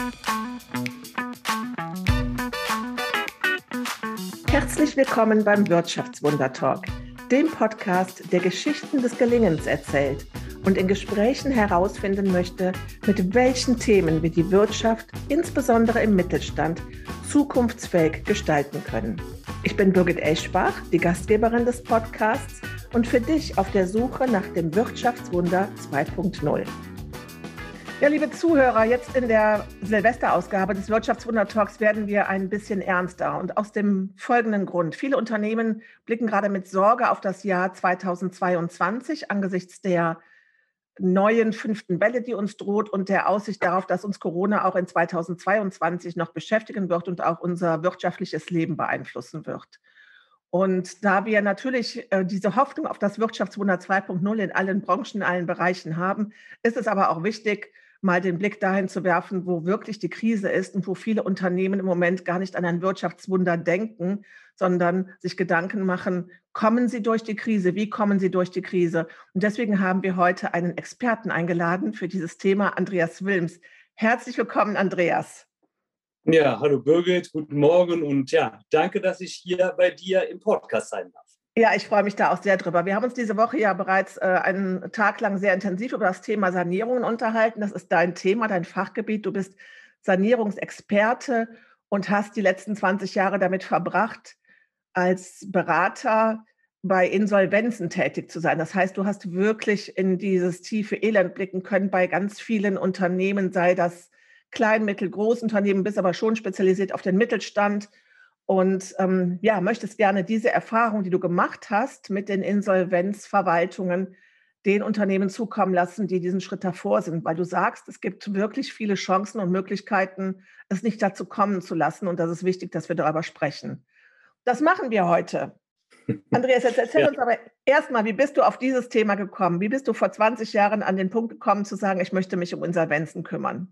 Herzlich willkommen beim Wirtschaftswunder-Talk, dem Podcast, der Geschichten des Gelingens erzählt und in Gesprächen herausfinden möchte, mit welchen Themen wir die Wirtschaft, insbesondere im Mittelstand, zukunftsfähig gestalten können. Ich bin Birgit Eschbach, die Gastgeberin des Podcasts und für dich auf der Suche nach dem Wirtschaftswunder 2.0. Ja, liebe Zuhörer, jetzt in der Silvesterausgabe des Wirtschaftswunder-Talks werden wir ein bisschen ernster und aus dem folgenden Grund. Viele Unternehmen blicken gerade mit Sorge auf das Jahr 2022 angesichts der neuen 5. Welle, die uns droht und der Aussicht darauf, dass uns Corona auch in 2022 noch beschäftigen wird und auch unser wirtschaftliches Leben beeinflussen wird. Und da wir natürlich diese Hoffnung auf das Wirtschaftswunder 2.0 in allen Branchen, in allen Bereichen haben, ist es aber auch wichtig, mal den Blick dahin zu werfen, wo wirklich die Krise ist und wo viele Unternehmen im Moment gar nicht an ein Wirtschaftswunder denken, sondern sich Gedanken machen, kommen sie durch die Krise, wie kommen sie durch die Krise? Und deswegen haben wir heute einen Experten eingeladen für dieses Thema, Andreas Wilms. Herzlich willkommen, Andreas. Ja, hallo Birgit, guten Morgen und ja, danke, dass ich hier bei dir im Podcast sein darf. Ja, ich freue mich da auch sehr drüber. Wir haben uns diese Woche ja bereits einen Tag lang sehr intensiv über das Thema Sanierungen unterhalten. Das ist dein Thema, dein Fachgebiet. Du bist Sanierungsexperte und hast die letzten 20 Jahre damit verbracht, als Berater bei Insolvenzen tätig zu sein. Das heißt, du hast wirklich in dieses tiefe Elend blicken können bei ganz vielen Unternehmen, sei das Klein-, Mittel-, Großunternehmen, bist aber schon spezialisiert auf den Mittelstand. Und möchtest gerne diese Erfahrung, die du gemacht hast mit den Insolvenzverwaltungen, den Unternehmen zukommen lassen, die diesen Schritt davor sind. Weil du sagst, es gibt wirklich viele Chancen und Möglichkeiten, es nicht dazu kommen zu lassen. Und das ist wichtig, dass wir darüber sprechen. Das machen wir heute. Andreas, jetzt erzähl uns aber erstmal, wie bist du auf dieses Thema gekommen? Wie bist du vor 20 Jahren an den Punkt gekommen, zu sagen, ich möchte mich um Insolvenzen kümmern?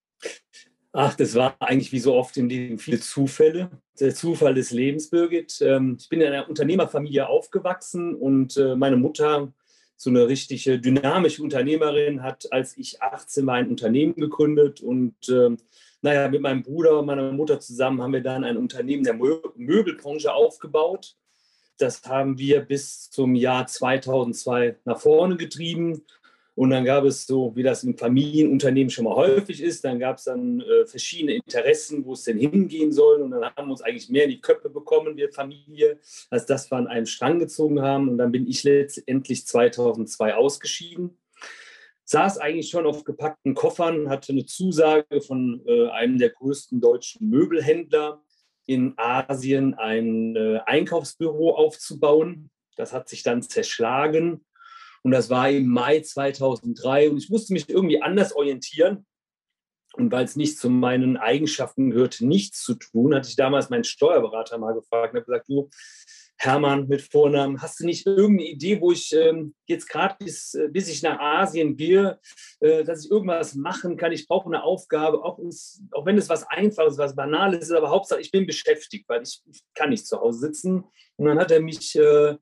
Ach, das war eigentlich wie so oft im Leben viele Zufälle. Der Zufall des Lebens, Birgit. Ich bin in einer Unternehmerfamilie aufgewachsen und meine Mutter, so eine richtige dynamische Unternehmerin, hat, als ich 18 war, ein Unternehmen gegründet. Und mit meinem Bruder und meiner Mutter zusammen haben wir dann ein Unternehmen der Möbelbranche aufgebaut. Das haben wir bis zum Jahr 2002 nach vorne getrieben. Und dann gab es so, wie das in Familienunternehmen schon mal häufig ist, dann gab es dann verschiedene Interessen, wo es denn hingehen soll. Und dann haben wir uns eigentlich mehr in die Köpfe bekommen, wir Familie, als dass wir an einem Strang gezogen haben. Und dann bin ich letztendlich 2002 ausgeschieden. Saß eigentlich schon auf gepackten Koffern, hatte eine Zusage von einem der größten deutschen Möbelhändler in Asien, ein Einkaufsbüro aufzubauen. Das hat sich dann zerschlagen. Und das war im Mai 2003 und ich musste mich irgendwie anders orientieren. Und weil es nicht zu meinen Eigenschaften gehörte, nichts zu tun, hatte ich damals meinen Steuerberater mal gefragt und habe gesagt, du, Hermann mit Vornamen, hast du nicht irgendeine Idee, wo ich jetzt gerade bis ich nach Asien gehe, dass ich irgendwas machen kann? Ich brauche eine Aufgabe, auch wenn es was Einfaches, was Banales ist, aber Hauptsache ich bin beschäftigt, weil ich kann nicht zu Hause sitzen. Und dann hat er mich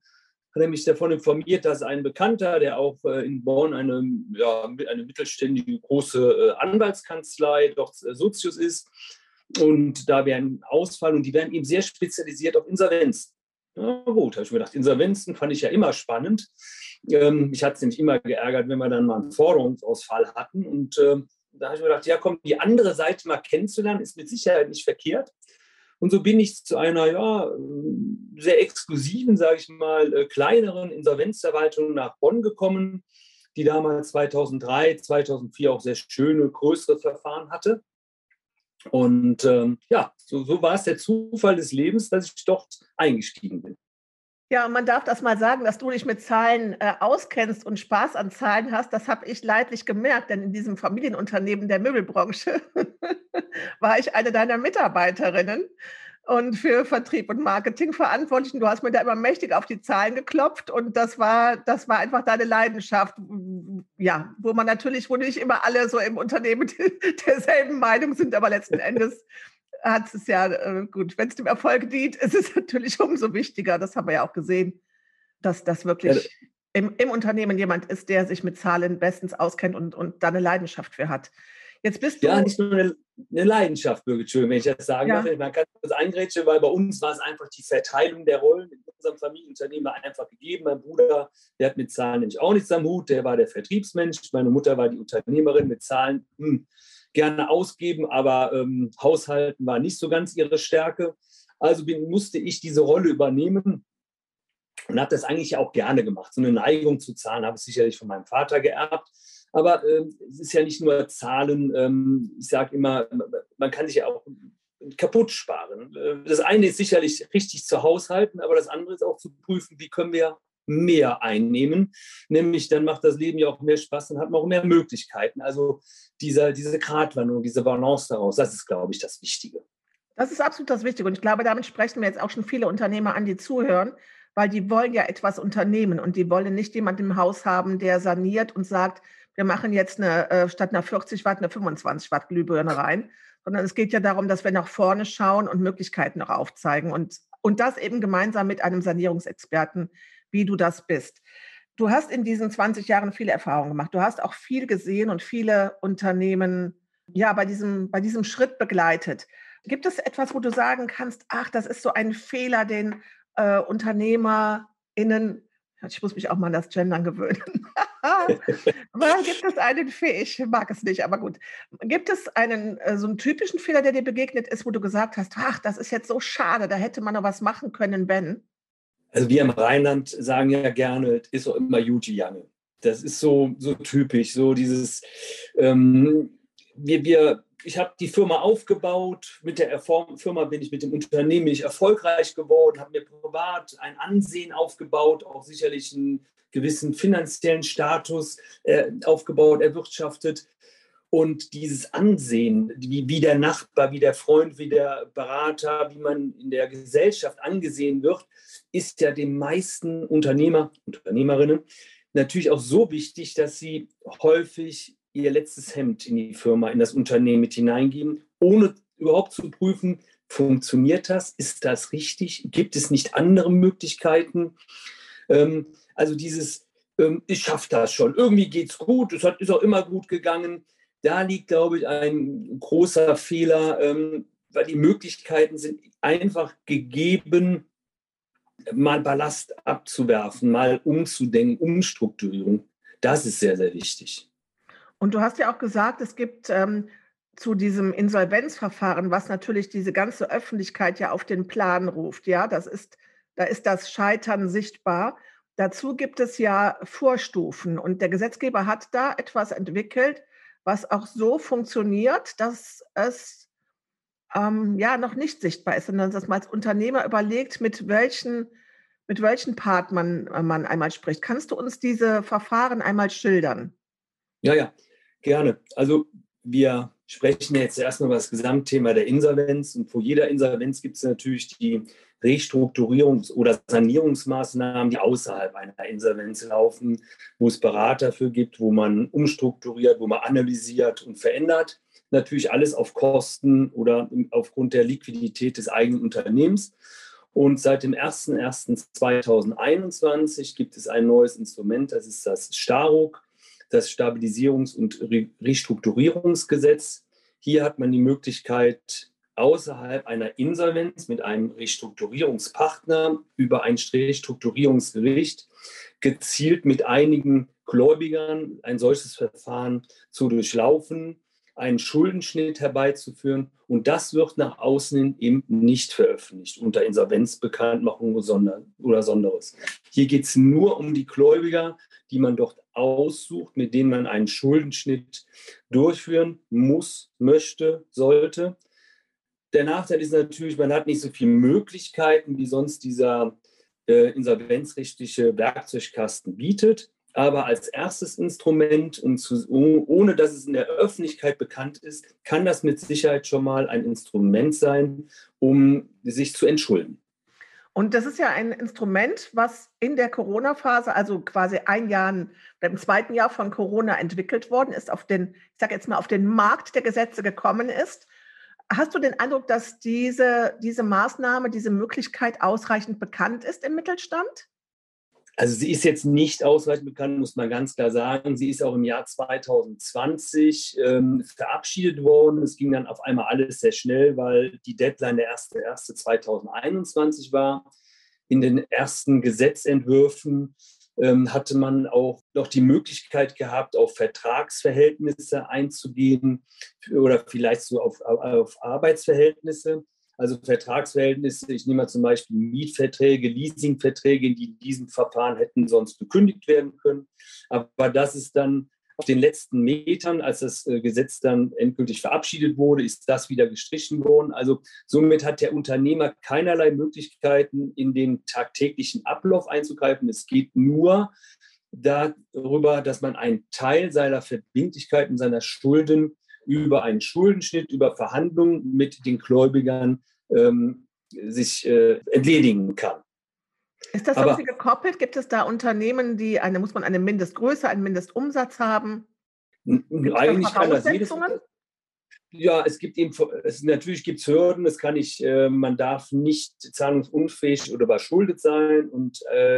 davon informiert, dass ein Bekannter, der auch in Bonn eine mittelständige große Anwaltskanzlei, dort Sozius ist, und da wäre ein Ausfall und die wären eben sehr spezialisiert auf Insolvenzen. Na gut, habe ich mir gedacht, Insolvenzen fand ich ja immer spannend. Mich hat es nämlich immer geärgert, wenn wir dann mal einen Forderungsausfall hatten. Und da habe ich mir gedacht, ja komm, die andere Seite mal kennenzulernen, ist mit Sicherheit nicht verkehrt. Und so bin ich zu einer sehr exklusiven, sage ich mal, kleineren Insolvenzverwaltung nach Bonn gekommen, die damals 2003, 2004 auch sehr schöne, größere Verfahren hatte. Und so war es der Zufall des Lebens, dass ich dort eingestiegen bin. Ja, und man darf das mal sagen, dass du dich mit Zahlen auskennst und Spaß an Zahlen hast. Das habe ich leidlich gemerkt, denn in diesem Familienunternehmen der Möbelbranche war ich eine deiner Mitarbeiterinnen und für Vertrieb und Marketing verantwortlich. Und du hast mir da immer mächtig auf die Zahlen geklopft und das war einfach deine Leidenschaft. Ja, wo nicht immer alle so im Unternehmen derselben Meinung sind, aber letzten Endes hat es ja gut. Wenn es dem Erfolg dient, ist es natürlich umso wichtiger. Das haben wir ja auch gesehen, dass das wirklich im Unternehmen jemand ist, der sich mit Zahlen bestens auskennt und da eine Leidenschaft für hat. Jetzt bist du... Ja, nicht nur eine Leidenschaft, Birgit, schön, wenn ich das sagen darf. Man kann das eingrätschen, weil bei uns war es einfach die Verteilung der Rollen in unserem Familienunternehmen war einfach gegeben. Mein Bruder, der hat mit Zahlen nämlich auch nichts am Hut, der war der Vertriebsmensch. Meine Mutter war die Unternehmerin mit Zahlen, gerne ausgeben, aber Haushalten war nicht so ganz ihre Stärke. Also musste ich diese Rolle übernehmen und habe das eigentlich auch gerne gemacht. So eine Neigung zu Zahlen habe ich sicherlich von meinem Vater geerbt. Aber es ist ja nicht nur Zahlen. Ich sage immer, man kann sich ja auch kaputt sparen. Das eine ist sicherlich richtig zu haushalten, aber das andere ist auch zu prüfen, wie können wir mehr einnehmen. Nämlich dann macht das Leben ja auch mehr Spaß und hat man auch mehr Möglichkeiten. Also diese Gratwanderung, diese Balance daraus, das ist, glaube ich, das Wichtige. Das ist absolut das Wichtige. Und ich glaube, damit sprechen wir jetzt auch schon viele Unternehmer an, die zuhören, weil die wollen ja etwas unternehmen und die wollen nicht jemanden im Haus haben, der saniert und sagt, wir machen jetzt statt einer 40 Watt eine 25 Watt Glühbirne rein, sondern es geht ja darum, dass wir nach vorne schauen und Möglichkeiten auch aufzeigen und das eben gemeinsam mit einem Sanierungsexperten, wie du das bist. Du hast in diesen 20 Jahren viele Erfahrungen gemacht. Du hast auch viel gesehen und viele Unternehmen bei diesem Schritt begleitet. Gibt es etwas, wo du sagen kannst, ach, das ist so ein Fehler, den UnternehmerInnen, ich muss mich auch mal an das Gendern gewöhnen. Gibt es einen Fehler, ich mag es nicht, aber gut. Gibt es so einen typischen Fehler, der dir begegnet ist, wo du gesagt hast, ach, das ist jetzt so schade, da hätte man noch was machen können, wenn? Also wir im Rheinland sagen ja gerne, es ist auch immer Juti Jange. Das ist so typisch, so dieses, ich habe die Firma aufgebaut, mit der Firma bin ich mit dem Unternehmen erfolgreich geworden, habe mir privat ein Ansehen aufgebaut, auch sicherlich einen gewissen finanziellen Status aufgebaut, erwirtschaftet. Und dieses Ansehen, wie der Nachbar, wie der Freund, wie der Berater, wie man in der Gesellschaft angesehen wird, ist ja den meisten Unternehmerinnen natürlich auch so wichtig, dass sie häufig ihr letztes Hemd in die Firma, in das Unternehmen mit hineingeben, ohne überhaupt zu prüfen, funktioniert das? Ist das richtig? Gibt es nicht andere Möglichkeiten? Also dieses, ich schaffe das schon, irgendwie geht es gut, ist auch immer gut gegangen. Da liegt, glaube ich, ein großer Fehler, weil die Möglichkeiten sind einfach gegeben, mal Ballast abzuwerfen, mal umzudenken, Umstrukturierung. Das ist sehr, sehr wichtig. Und du hast ja auch gesagt, es gibt zu diesem Insolvenzverfahren, was natürlich diese ganze Öffentlichkeit ja auf den Plan ruft, ja, da ist das Scheitern sichtbar. Dazu gibt es ja Vorstufen und der Gesetzgeber hat da etwas entwickelt, was auch so funktioniert, dass es noch nicht sichtbar ist, sondern dass man als Unternehmer überlegt, mit welchen Part man einmal spricht. Kannst du uns diese Verfahren einmal schildern? Ja, gerne. Also wir sprechen jetzt erstmal über das Gesamtthema der Insolvenz und vor jeder Insolvenz gibt es natürlich die Restrukturierungs- oder Sanierungsmaßnahmen, die außerhalb einer Insolvenz laufen, wo es Berater für gibt, wo man umstrukturiert, wo man analysiert und verändert. Natürlich alles auf Kosten oder aufgrund der Liquidität des eigenen Unternehmens. Und seit dem 01.01.2021 gibt es ein neues Instrument, das ist das STARUG, das Stabilisierungs- und Restrukturierungsgesetz. Hier hat man die Möglichkeit, außerhalb einer Insolvenz mit einem Restrukturierungspartner über ein Restrukturierungsgericht gezielt mit einigen Gläubigern ein solches Verfahren zu durchlaufen, einen Schuldenschnitt herbeizuführen. Und das wird nach außen eben nicht veröffentlicht unter Insolvenzbekanntmachung oder Sonderes. Hier geht es nur um die Gläubiger, die man dort aussucht, mit denen man einen Schuldenschnitt durchführen muss, möchte, sollte. Der Nachteil ist natürlich, man hat nicht so viele Möglichkeiten, wie sonst dieser insolvenzrechtliche Werkzeugkasten bietet. Aber als erstes Instrument und ohne dass es in der Öffentlichkeit bekannt ist, kann das mit Sicherheit schon mal ein Instrument sein, um sich zu entschulden. Und das ist ja ein Instrument, was in der Corona-Phase, also quasi im zweiten Jahr von Corona entwickelt worden ist, auf den Markt der Gesetze gekommen ist. Hast du den Eindruck, dass diese Maßnahme, diese Möglichkeit ausreichend bekannt ist im Mittelstand? Also sie ist jetzt nicht ausreichend bekannt, muss man ganz klar sagen. Sie ist auch im Jahr 2020 verabschiedet worden. Es ging dann auf einmal alles sehr schnell, weil die Deadline der 1.1.2021 war. In den ersten Gesetzentwürfen hatte man auch noch die Möglichkeit gehabt, auf Vertragsverhältnisse einzugehen oder vielleicht so auf Arbeitsverhältnisse. Also Vertragsverhältnisse, ich nehme mal zum Beispiel Mietverträge, Leasingverträge, die in diesem Verfahren hätten sonst gekündigt werden können. Aber das ist dann auf den letzten Metern, als das Gesetz dann endgültig verabschiedet wurde, ist das wieder gestrichen worden. Also somit hat der Unternehmer keinerlei Möglichkeiten, in den tagtäglichen Ablauf einzugreifen. Es geht nur darüber, dass man einen Teil seiner Verbindlichkeiten, seiner Schulden über einen Schuldenschnitt, über Verhandlungen mit den Gläubigern sich entledigen kann. Ist das irgendwie gekoppelt? Gibt es da Unternehmen, muss man eine Mindestgröße, einen Mindestumsatz haben? Eigentlich kann das jedes. Ja, natürlich gibt es Hürden. Man darf nicht zahlungsunfähig oder überschuldet sein. Und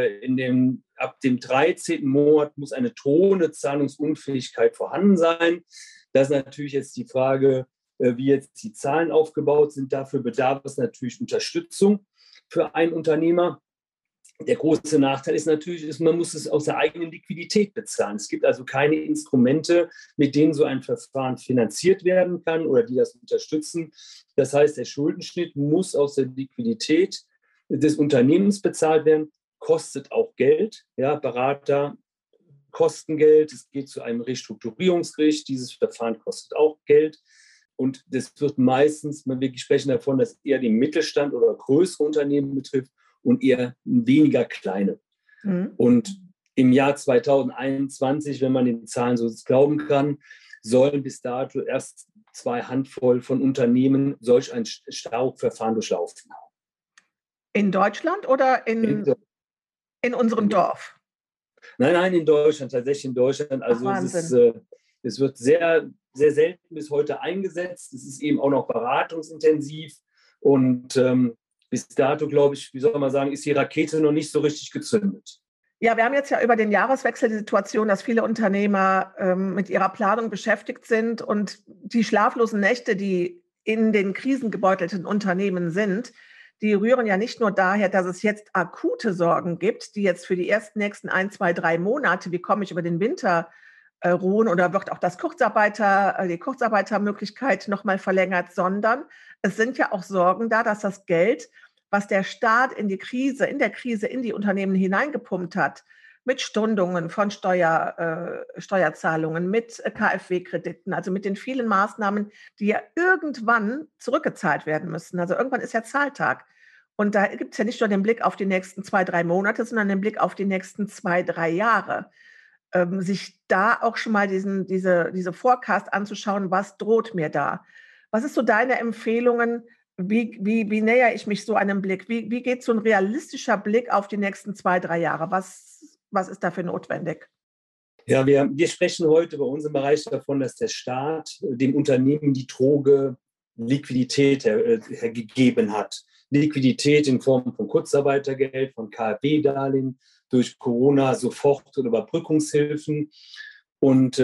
ab dem 13. Monat muss eine drohende Zahlungsunfähigkeit vorhanden sein. Das ist natürlich jetzt die Frage, wie jetzt die Zahlen aufgebaut sind. Dafür bedarf es natürlich Unterstützung für einen Unternehmer. Der große Nachteil ist natürlich, man muss es aus der eigenen Liquidität bezahlen. Es gibt also keine Instrumente, mit denen so ein Verfahren finanziert werden kann oder die das unterstützen. Das heißt, der Schuldenschnitt muss aus der Liquidität des Unternehmens bezahlt werden, kostet auch Geld. Ja, Berater kosten Geld, es geht zu einem Restrukturierungsgericht, dieses Verfahren kostet auch Geld. Und das wird meistens, wir sprechen davon, dass eher den Mittelstand oder größere Unternehmen betrifft und eher weniger kleine. Mhm. Und im Jahr 2021, wenn man den Zahlen so glauben kann, sollen bis dato erst 2 Handvoll von Unternehmen solch ein Stauverfahren durchlaufen haben. In Deutschland oder in unserem Dorf? Nein, in Deutschland, tatsächlich in Deutschland. Also es wird sehr, sehr selten bis heute eingesetzt. Es ist eben auch noch beratungsintensiv und bis dato, glaube ich, wie soll man sagen, ist die Rakete noch nicht so richtig gezündet. Ja, wir haben jetzt ja über den Jahreswechsel die Situation, dass viele Unternehmer mit ihrer Planung beschäftigt sind und die schlaflosen Nächte, die in den krisengebeutelten Unternehmen sind, die rühren ja nicht nur daher, dass es jetzt akute Sorgen gibt, die jetzt für die nächsten 1, 2, 3 Monate, wie komme ich über den Winter, ruhen oder wird auch die Kurzarbeitermöglichkeit nochmal verlängert, sondern es sind ja auch Sorgen da, dass das Geld, was der Staat in der Krise in die Unternehmen hineingepumpt hat, mit Stundungen von Steuerzahlungen, mit KfW-Krediten, also mit den vielen Maßnahmen, die ja irgendwann zurückgezahlt werden müssen. Also irgendwann ist ja Zahltag. Und da gibt es ja nicht nur den Blick auf die nächsten 2, 3 Monate, sondern den Blick auf die nächsten 2, 3 Jahre. Sich da auch schon mal diese Forecast anzuschauen, was droht mir da? Was ist so deine Empfehlungen? Wie näher ich mich so einem Blick? Wie geht so ein realistischer Blick auf die nächsten 2, 3 Jahre? Was ist dafür notwendig? Ja, wir sprechen heute bei uns im Bereich davon, dass der Staat dem Unternehmen die Droge Liquidität gegeben hat. Liquidität in Form von Kurzarbeitergeld, von KfW-Darlehen, durch Corona Sofort- oder Überbrückungshilfen. Und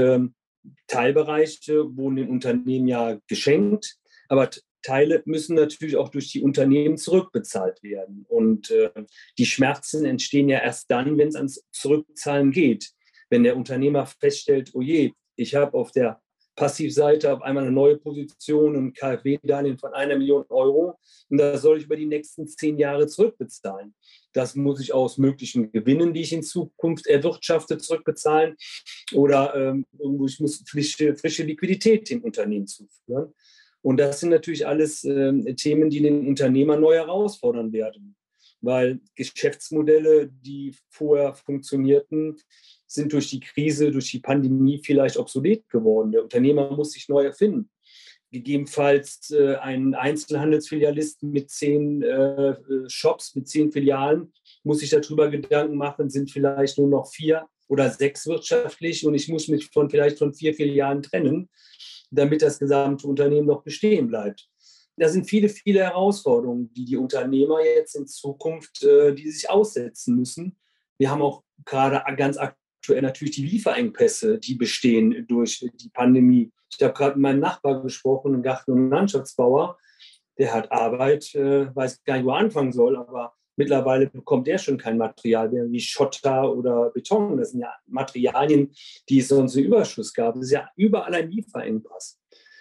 Teilbereiche wurden den Unternehmen ja geschenkt, aber Teile müssen natürlich auch durch die Unternehmen zurückbezahlt werden. Und die Schmerzen entstehen ja erst dann, wenn es ans Zurückzahlen geht. Wenn der Unternehmer feststellt, oh je, ich habe auf der Passivseite auf einmal eine neue Position und KfW-Darlehen von 1 Million Euro und das soll ich über die nächsten 10 Jahre zurückbezahlen. Das muss ich aus möglichen Gewinnen, die ich in Zukunft erwirtschafte, zurückbezahlen oder ich muss frische Liquidität dem Unternehmen zuführen. Und das sind natürlich alles Themen, die den Unternehmer neu herausfordern werden, weil Geschäftsmodelle, die vorher funktionierten, sind durch die Krise, durch die Pandemie vielleicht obsolet geworden. Der Unternehmer muss sich neu erfinden. Gegebenenfalls ein Einzelhandelsfilialist mit 10 Shops, mit 10 Filialen, muss sich darüber Gedanken machen, sind vielleicht nur noch 4 oder 6 wirtschaftlich und ich muss mich vielleicht von 4 Filialen trennen, damit das gesamte Unternehmen noch bestehen bleibt. Da sind viele, viele Herausforderungen, die Unternehmer jetzt in Zukunft, die sich aussetzen müssen, Wir haben auch gerade ganz aktuell natürlich die Lieferengpässe, die bestehen durch die Pandemie. Ich habe gerade mit meinem Nachbar gesprochen, einem Garten- und Landschaftsbauer, der hat Arbeit, weiß gar nicht, wo er anfangen soll, aber mittlerweile bekommt er schon kein Material mehr wie Schotter oder Beton. Das sind ja Materialien, die es sonst im Überschuss gab. Das ist ja überall ein Lieferengpass.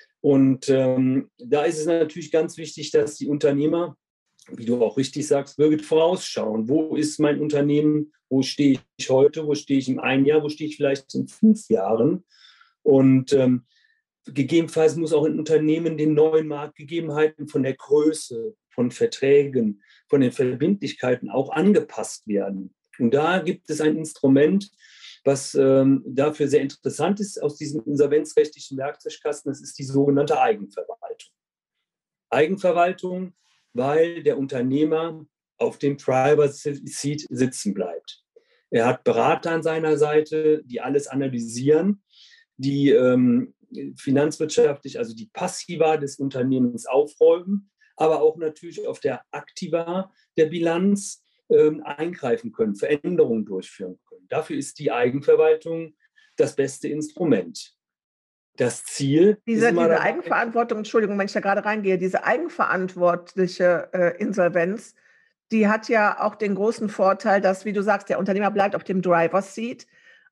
Und da ist es natürlich ganz wichtig, dass die Unternehmer, wie du auch richtig sagst, wirklich vorausschauen. Wo ist mein Unternehmen? Wo stehe ich heute? Wo stehe ich in einem Jahr? Wo stehe ich vielleicht in 5 Jahren? Und gegebenenfalls muss auch ein Unternehmen den neuen Marktgegebenheiten von der Größe, von Verträgen, von den Verbindlichkeiten auch angepasst werden. Und da gibt es ein Instrument, was dafür sehr interessant ist aus diesem insolvenzrechtlichen Werkzeugkasten. Das ist die sogenannte Eigenverwaltung. Eigenverwaltung, weil der Unternehmer auf dem Driver's Seat sitzen bleibt. Er hat Berater an seiner Seite, die alles analysieren, die finanzwirtschaftlich, also die Passiva des Unternehmens aufräumen, aber auch natürlich auf der Aktiva der Bilanz eingreifen können, Veränderungen durchführen können. Dafür ist die Eigenverwaltung das beste Instrument. Das Ziel ist immer diese Eigenverantwortung, Entschuldigung, wenn ich da gerade reingehe, diese eigenverantwortliche Insolvenz, die hat ja auch den großen Vorteil, dass, wie du sagst, der Unternehmer bleibt auf dem Driver's Seat.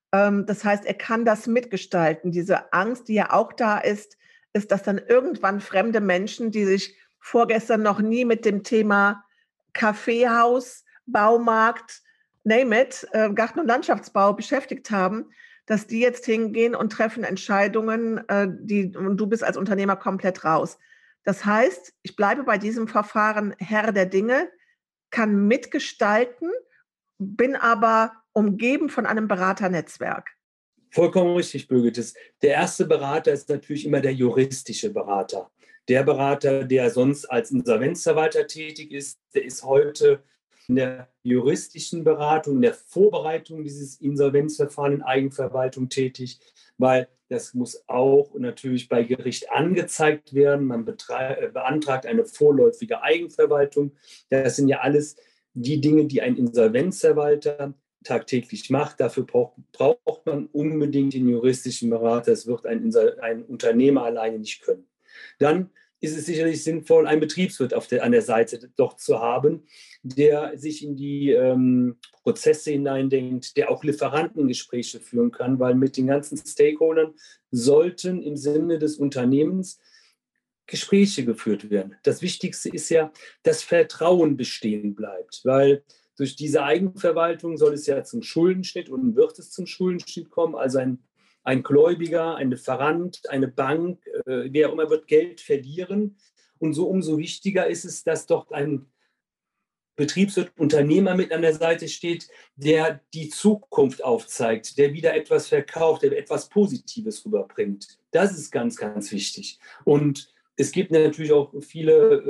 Das heißt, er kann das mitgestalten. Diese Angst, die ja auch da ist, ist, dass dann irgendwann fremde Menschen, die sich vorgestern noch nie mit dem Thema Kaffeehaus, Baumarkt, name it, Garten- und Landschaftsbau beschäftigt haben, dass die jetzt hingehen und treffen Entscheidungen, und du bist als Unternehmer komplett raus. Das heißt, ich bleibe bei diesem Verfahren Herr der Dinge, kann mitgestalten, bin aber umgeben von einem Beraternetzwerk. Vollkommen richtig, Birgit. Der erste Berater ist natürlich immer der juristische Berater. Der Berater, der sonst als Insolvenzverwalter tätig ist, der ist heute in der juristischen Beratung, in der Vorbereitung dieses Insolvenzverfahrens in Eigenverwaltung tätig, weil das muss auch natürlich bei Gericht angezeigt werden. Man beantragt eine vorläufige Eigenverwaltung. Das sind ja alles die Dinge, die ein Insolvenzverwalter tagtäglich macht. Dafür braucht man unbedingt den juristischen Berater. Das wird ein Unternehmer alleine nicht können. Dann ist es sicherlich sinnvoll, einen Betriebswirt an der Seite doch zu haben, der sich in die Prozesse hineindenkt, der auch Lieferantengespräche führen kann, weil mit den ganzen Stakeholdern sollten im Sinne des Unternehmens Gespräche geführt werden. Das Wichtigste ist ja, dass Vertrauen bestehen bleibt, weil durch diese Eigenverwaltung soll es ja zum Schuldenschnitt und wird es zum Schuldenschnitt kommen. Also ein Gläubiger, ein Lieferant, eine Bank, wer auch immer wird Geld verlieren. Und so umso wichtiger ist es, dass dort ein Betriebswirt, Unternehmer mit an der Seite steht, der die Zukunft aufzeigt, der wieder etwas verkauft, der etwas Positives rüberbringt. Das ist ganz, ganz wichtig. Und es gibt natürlich auch viele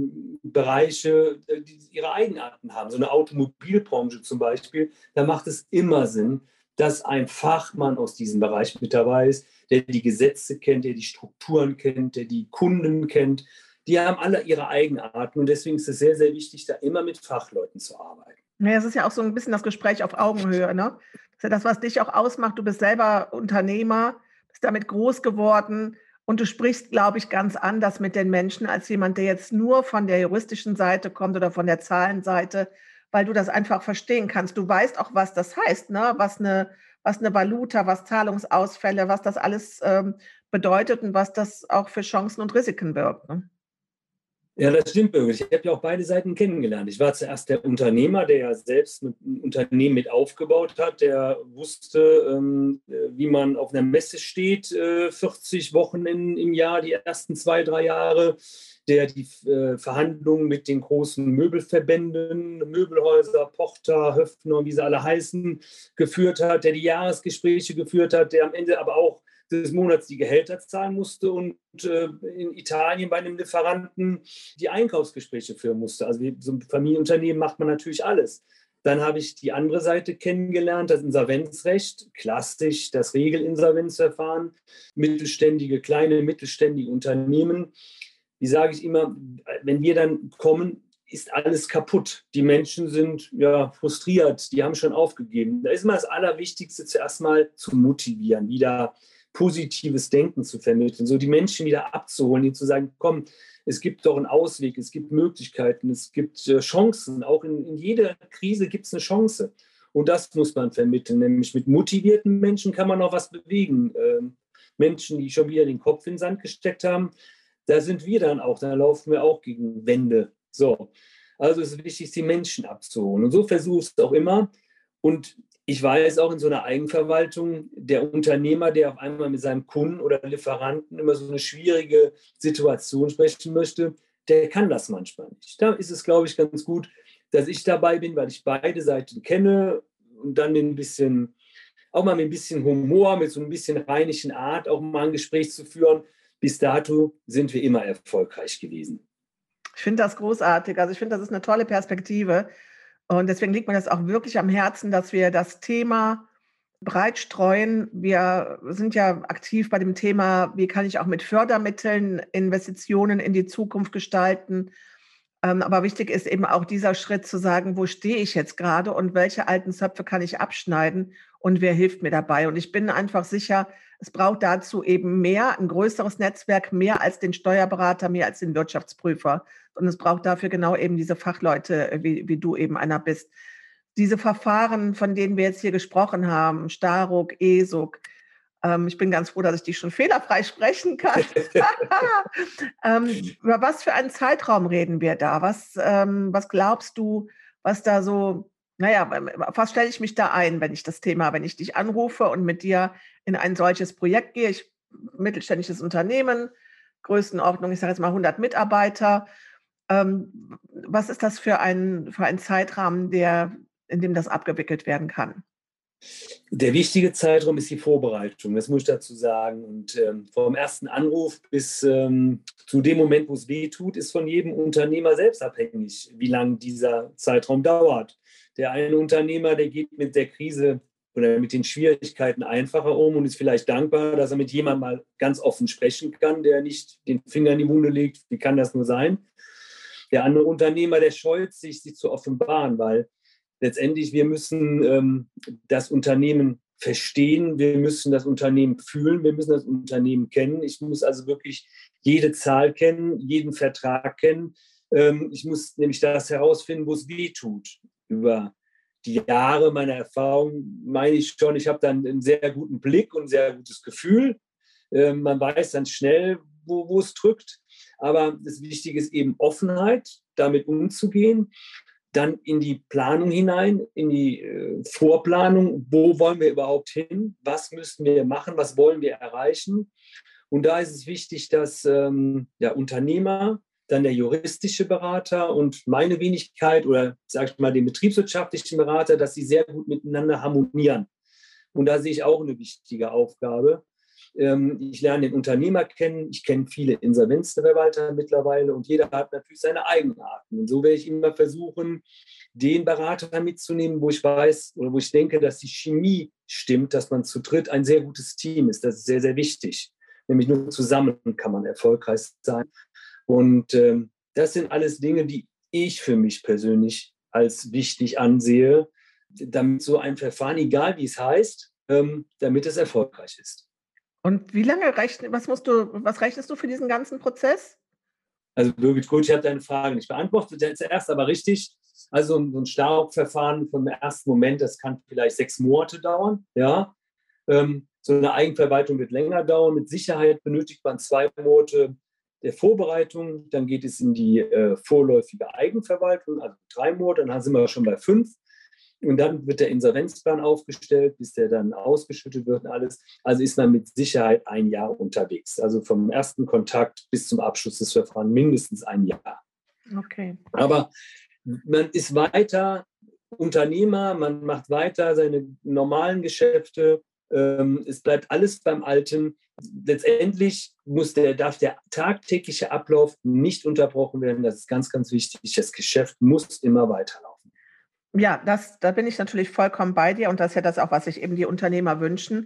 Bereiche, die ihre Eigenarten haben. So eine Automobilbranche zum Beispiel, da macht es immer Sinn, dass ein Fachmann aus diesem Bereich mit dabei ist, der die Gesetze kennt, der die Strukturen kennt, der die Kunden kennt. Die haben alle ihre Eigenarten und deswegen ist es sehr, sehr wichtig, da immer mit Fachleuten zu arbeiten. Ja, es ist ja auch so ein bisschen das Gespräch auf Augenhöhe, ne? Das ist ja das, was dich auch ausmacht. Du bist selber Unternehmer, bist damit groß geworden und du sprichst, glaube ich, ganz anders mit den Menschen als jemand, der jetzt nur von der juristischen Seite kommt oder von der Zahlenseite, weil du das einfach verstehen kannst. Du weißt auch, was das heißt, ne? Was eine Valuta, was Zahlungsausfälle, was das alles bedeutet und was das auch für Chancen und Risiken birgt, ne? Ja, das stimmt wirklich. Ich habe ja auch beide Seiten kennengelernt. Ich war zuerst der Unternehmer, der ja selbst ein Unternehmen mit aufgebaut hat, der wusste, wie man auf einer Messe steht, 40 Wochen im Jahr, die ersten 2, 3 Jahre, der die Verhandlungen mit den großen Möbelverbänden, Möbelhäuser, Pochter, Höfner, wie sie alle heißen, geführt hat, der die Jahresgespräche geführt hat, der am Ende aber auch des Monats die Gehälter zahlen musste und in Italien bei einem Lieferanten die Einkaufsgespräche führen musste. Also wie so ein Familienunternehmen macht man natürlich alles. Dann habe ich die andere Seite kennengelernt, das Insolvenzrecht, klassisch das Regelinsolvenzverfahren, kleine mittelständige Unternehmen. Wie sage ich immer, wenn wir dann kommen, ist alles kaputt. Die Menschen sind ja frustriert, die haben schon aufgegeben. Da ist immer das Allerwichtigste, zuerst mal zu motivieren, wieder positives Denken zu vermitteln, so die Menschen wieder abzuholen, ihnen zu sagen, komm, es gibt doch einen Ausweg, es gibt Möglichkeiten, es gibt Chancen. Auch in jeder Krise gibt es eine Chance. Und das muss man vermitteln, nämlich mit motivierten Menschen kann man noch was bewegen. Menschen, die schon wieder den Kopf in den Sand gesteckt haben, da sind wir dann auch, da laufen wir auch gegen Wände. So, also es ist wichtig, die Menschen abzuholen. Und so versuche ich es auch immer. Und ich weiß auch in so einer Eigenverwaltung, der Unternehmer, der auf einmal mit seinem Kunden oder Lieferanten immer so eine schwierige Situation sprechen möchte, der kann das manchmal nicht. Da ist es, glaube ich, ganz gut, dass ich dabei bin, weil ich beide Seiten kenne und dann auch mal mit ein bisschen Humor, mit so ein bisschen rheinischen Art auch mal ein Gespräch zu führen. Bis dato sind wir immer erfolgreich gewesen. Ich finde das großartig. Also ich finde, das ist eine tolle Perspektive. Und deswegen liegt mir das auch wirklich am Herzen, dass wir das Thema breit streuen. Wir sind ja aktiv bei dem Thema, wie kann ich auch mit Fördermitteln Investitionen in die Zukunft gestalten. Aber wichtig ist eben auch dieser Schritt zu sagen, wo stehe ich jetzt gerade und welche alten Zöpfe kann ich abschneiden und wer hilft mir dabei. Und ich bin einfach sicher, es braucht dazu eben ein größeres Netzwerk, mehr als den Steuerberater, mehr als den Wirtschaftsprüfer. Und es braucht dafür genau eben diese Fachleute, wie du eben einer bist. Diese Verfahren, von denen wir jetzt hier gesprochen haben, Staruk, ESUG, ich bin ganz froh, dass ich die schon fehlerfrei sprechen kann. Über was für einen Zeitraum reden wir da? Was glaubst du, was da so, was stelle ich mich da ein, wenn ich dich anrufe und mit dir in ein solches Projekt gehe? Mittelständisches Unternehmen, Größenordnung, ich sage jetzt mal 100 Mitarbeiter. Was ist das für ein Zeitrahmen, in dem das abgewickelt werden kann? Der wichtige Zeitraum ist die Vorbereitung, das muss ich dazu sagen. Und vom ersten Anruf bis zu dem Moment, wo es weh tut, ist von jedem Unternehmer selbst abhängig, wie lange dieser Zeitraum dauert. Der eine Unternehmer, der geht mit der Krise oder mit den Schwierigkeiten einfacher um und ist vielleicht dankbar, dass er mit jemandem mal ganz offen sprechen kann, der nicht den Finger in die Wunde legt. Wie kann das nur sein? Der andere Unternehmer, der scheut sich zu offenbaren, weil letztendlich, wir müssen das Unternehmen verstehen, wir müssen das Unternehmen fühlen, wir müssen das Unternehmen kennen. Ich muss also wirklich jede Zahl kennen, jeden Vertrag kennen. Ich muss nämlich das herausfinden, wo es weh tut. Über die Jahre meiner Erfahrung meine ich schon, ich habe dann einen sehr guten Blick und ein sehr gutes Gefühl. Man weiß dann schnell, wo es drückt. Aber das Wichtige ist eben Offenheit, damit umzugehen. Dann in die Planung hinein, in die Vorplanung, wo wollen wir überhaupt hin, was müssen wir machen, was wollen wir erreichen. Und da ist es wichtig, dass der Unternehmer, dann der juristische Berater und meine Wenigkeit oder sage ich mal den betriebswirtschaftlichen Berater, dass sie sehr gut miteinander harmonieren. Und da sehe ich auch eine wichtige Aufgabe. Ich lerne den Unternehmer kennen, ich kenne viele Insolvenzverwalter mittlerweile und jeder hat natürlich seine Eigenarten. Und so werde ich immer versuchen, den Berater mitzunehmen, wo ich weiß oder wo ich denke, dass die Chemie stimmt, dass man zu dritt ein sehr gutes Team ist. Das ist sehr, sehr wichtig. Nämlich nur zusammen kann man erfolgreich sein. Und das sind alles Dinge, die ich für mich persönlich als wichtig ansehe, damit so ein Verfahren, egal wie es heißt, damit es erfolgreich ist. Und wie lange was rechnest du für diesen ganzen Prozess? Also Birgit, gut, ich habe deine Frage nicht beantwortet. Zuerst aber richtig. Also so ein Startverfahren vom ersten Moment, das kann vielleicht 6 Monate dauern. Ja? So eine Eigenverwaltung wird länger dauern. Mit Sicherheit benötigt man 2 Monate der Vorbereitung. Dann geht es in die vorläufige Eigenverwaltung, also 3 Monate. Dann sind wir schon bei 5. Und dann wird der Insolvenzplan aufgestellt, bis der dann ausgeschüttet wird und alles. Also ist man mit Sicherheit 1 Jahr unterwegs. Also vom ersten Kontakt bis zum Abschluss des Verfahrens mindestens 1 Jahr. Okay. Aber man ist weiter Unternehmer, man macht weiter seine normalen Geschäfte. Es bleibt alles beim Alten. Letztendlich darf der tagtägliche Ablauf nicht unterbrochen werden. Das ist ganz, ganz wichtig. Das Geschäft muss immer weiterlaufen. Ja, da bin ich natürlich vollkommen bei dir und das ist ja das auch, was sich eben die Unternehmer wünschen.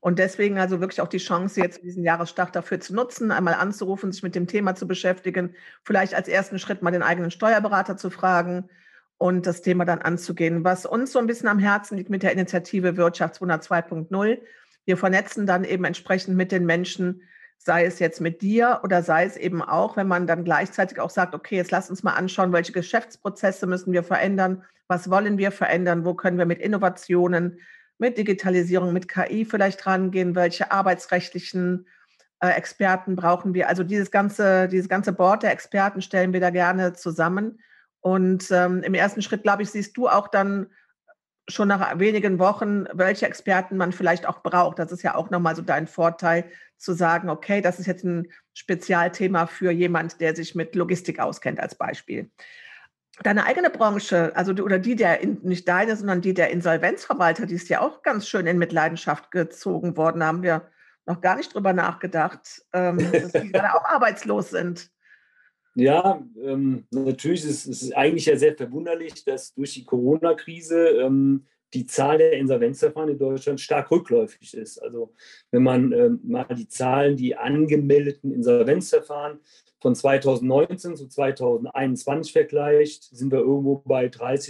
Und deswegen also wirklich auch die Chance, jetzt diesen Jahresstart dafür zu nutzen, einmal anzurufen, sich mit dem Thema zu beschäftigen, vielleicht als ersten Schritt mal den eigenen Steuerberater zu fragen und das Thema dann anzugehen. Was uns so ein bisschen am Herzen liegt mit der Initiative Wirtschaftswunder 2.0, wir vernetzen dann eben entsprechend mit den Menschen, sei es jetzt mit dir oder sei es eben auch, wenn man dann gleichzeitig auch sagt, okay, jetzt lass uns mal anschauen, welche Geschäftsprozesse müssen wir verändern, was wollen wir verändern, wo können wir mit Innovationen, mit Digitalisierung, mit KI vielleicht rangehen, welche arbeitsrechtlichen Experten brauchen wir. Also dieses ganze Board der Experten stellen wir da gerne zusammen. Und im ersten Schritt, glaube ich, siehst du auch dann schon nach wenigen Wochen, welche Experten man vielleicht auch braucht. Das ist ja auch nochmal so dein Vorteil, zu sagen, okay, das ist jetzt ein Spezialthema für jemand, der sich mit Logistik auskennt, als Beispiel. Deine eigene Branche, also nicht deine, sondern die der Insolvenzverwalter, die ist ja auch ganz schön in Mitleidenschaft gezogen worden. Da haben wir noch gar nicht drüber nachgedacht, dass die gerade auch arbeitslos sind. Ja, natürlich ist es eigentlich ja sehr verwunderlich, dass durch die Corona-Krise die Zahl der Insolvenzverfahren in Deutschland stark rückläufig ist. Also wenn man mal die Zahlen, die angemeldeten Insolvenzverfahren von 2019 zu 2021 vergleicht, sind wir irgendwo bei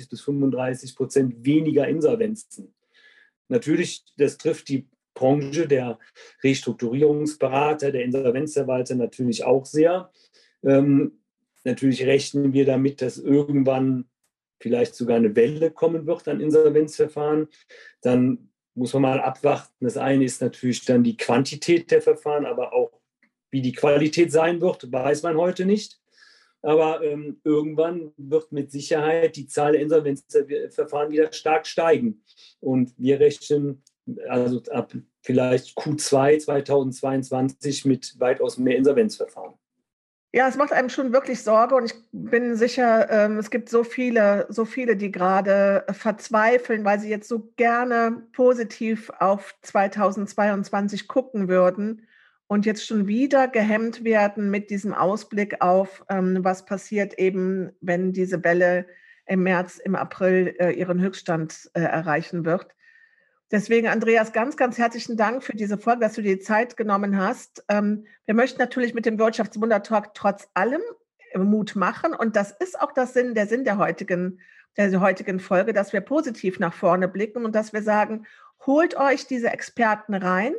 30-35% weniger Insolvenzen. Natürlich, das trifft die Branche der Restrukturierungsberater, der Insolvenzverwalter natürlich auch sehr. Natürlich rechnen wir damit, dass irgendwann vielleicht sogar eine Welle kommen wird an Insolvenzverfahren. Dann muss man mal abwarten. Das eine ist natürlich dann die Quantität der Verfahren, aber auch wie die Qualität sein wird, weiß man heute nicht. Aber irgendwann wird mit Sicherheit die Zahl der Insolvenzverfahren wieder stark steigen. Und wir rechnen also ab vielleicht Q2 2022 mit weitaus mehr Insolvenzverfahren. Ja, es macht einem schon wirklich Sorge und ich bin sicher, es gibt so viele, die gerade verzweifeln, weil sie jetzt so gerne positiv auf 2022 gucken würden und jetzt schon wieder gehemmt werden mit diesem Ausblick auf, was passiert eben, wenn diese Welle im März, im April ihren Höchststand erreichen wird. Deswegen, Andreas, ganz, ganz herzlichen Dank für diese Folge, dass du dir die Zeit genommen hast. Wir möchten natürlich mit dem Wirtschaftswunder-Talk trotz allem Mut machen. Und das ist auch der Sinn der heutigen Folge, dass wir positiv nach vorne blicken und dass wir sagen, holt euch diese Experten rein,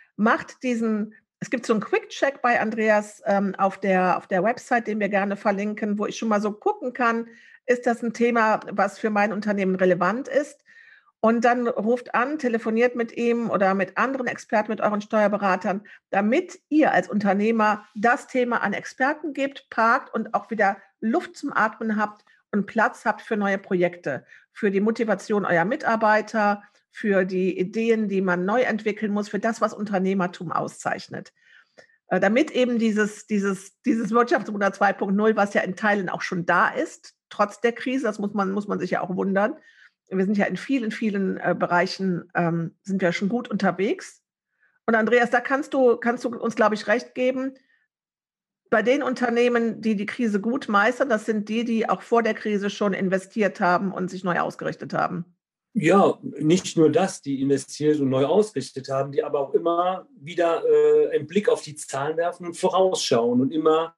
es gibt so einen Quick-Check bei Andreas auf der Website, den wir gerne verlinken, wo ich schon mal so gucken kann, ist das ein Thema, was für mein Unternehmen relevant ist? Und dann ruft an, telefoniert mit ihm oder mit anderen Experten, mit euren Steuerberatern, damit ihr als Unternehmer das Thema an Experten gebt, parkt und auch wieder Luft zum Atmen habt und Platz habt für neue Projekte, für die Motivation eurer Mitarbeiter, für die Ideen, die man neu entwickeln muss, für das, was Unternehmertum auszeichnet. Damit eben dieses Wirtschaftswunder 2.0, was ja in Teilen auch schon da ist, trotz der Krise, das muss man sich ja auch wundern. Wir sind ja in vielen, vielen Bereichen sind wir schon gut unterwegs. Und Andreas, da kannst du uns, glaube ich, recht geben. Bei den Unternehmen, die die Krise gut meistern, das sind die auch vor der Krise schon investiert haben und sich neu ausgerichtet haben. Ja, nicht nur das, die investiert und neu ausgerichtet haben, die aber auch immer wieder einen Blick auf die Zahlen werfen und vorausschauen und immer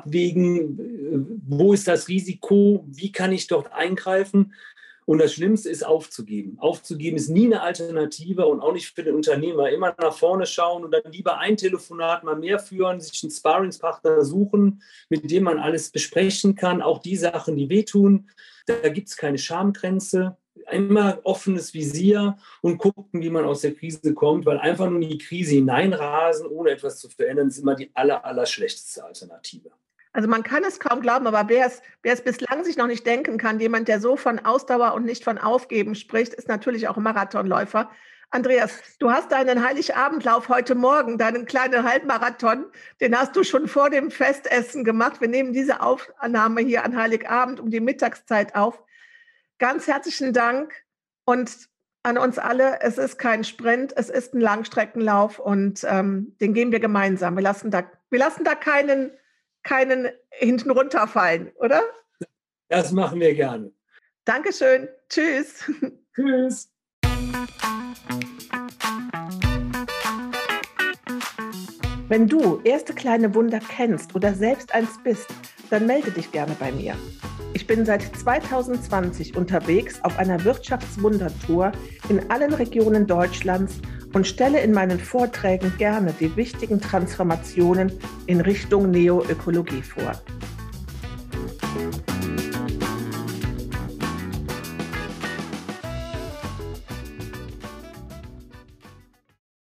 abwägen, wo ist das Risiko, wie kann ich dort eingreifen. Und das Schlimmste ist aufzugeben. Aufzugeben ist nie eine Alternative und auch nicht für den Unternehmer. Immer nach vorne schauen und dann lieber ein Telefonat mal mehr führen, sich einen Sparringspartner suchen, mit dem man alles besprechen kann, auch die Sachen, die wehtun. Da gibt es keine Schamgrenze. Immer offenes Visier und gucken, wie man aus der Krise kommt, weil einfach nur in die Krise hineinrasen, ohne etwas zu verändern, ist immer die allerschlechteste Alternative. Also man kann es kaum glauben, aber wer es bislang sich noch nicht denken kann, jemand, der so von Ausdauer und nicht von Aufgeben spricht, ist natürlich auch ein Marathonläufer. Andreas, du hast deinen Heiligabendlauf heute Morgen, deinen kleinen Halbmarathon, den hast du schon vor dem Festessen gemacht. Wir nehmen diese Aufnahme hier an Heiligabend um die Mittagszeit auf. Ganz herzlichen Dank und an uns alle, es ist kein Sprint, es ist ein Langstreckenlauf und den gehen wir gemeinsam. Wir lassen da keinen hinten runterfallen, oder? Das machen wir gerne. Dankeschön. Tschüss. Tschüss. Wenn du erste kleine Wunder kennst oder selbst eins bist, dann melde dich gerne bei mir. Ich bin seit 2020 unterwegs auf einer Wirtschaftswundertour in allen Regionen Deutschlands und stelle in meinen Vorträgen gerne die wichtigen Transformationen in Richtung Neoökologie vor.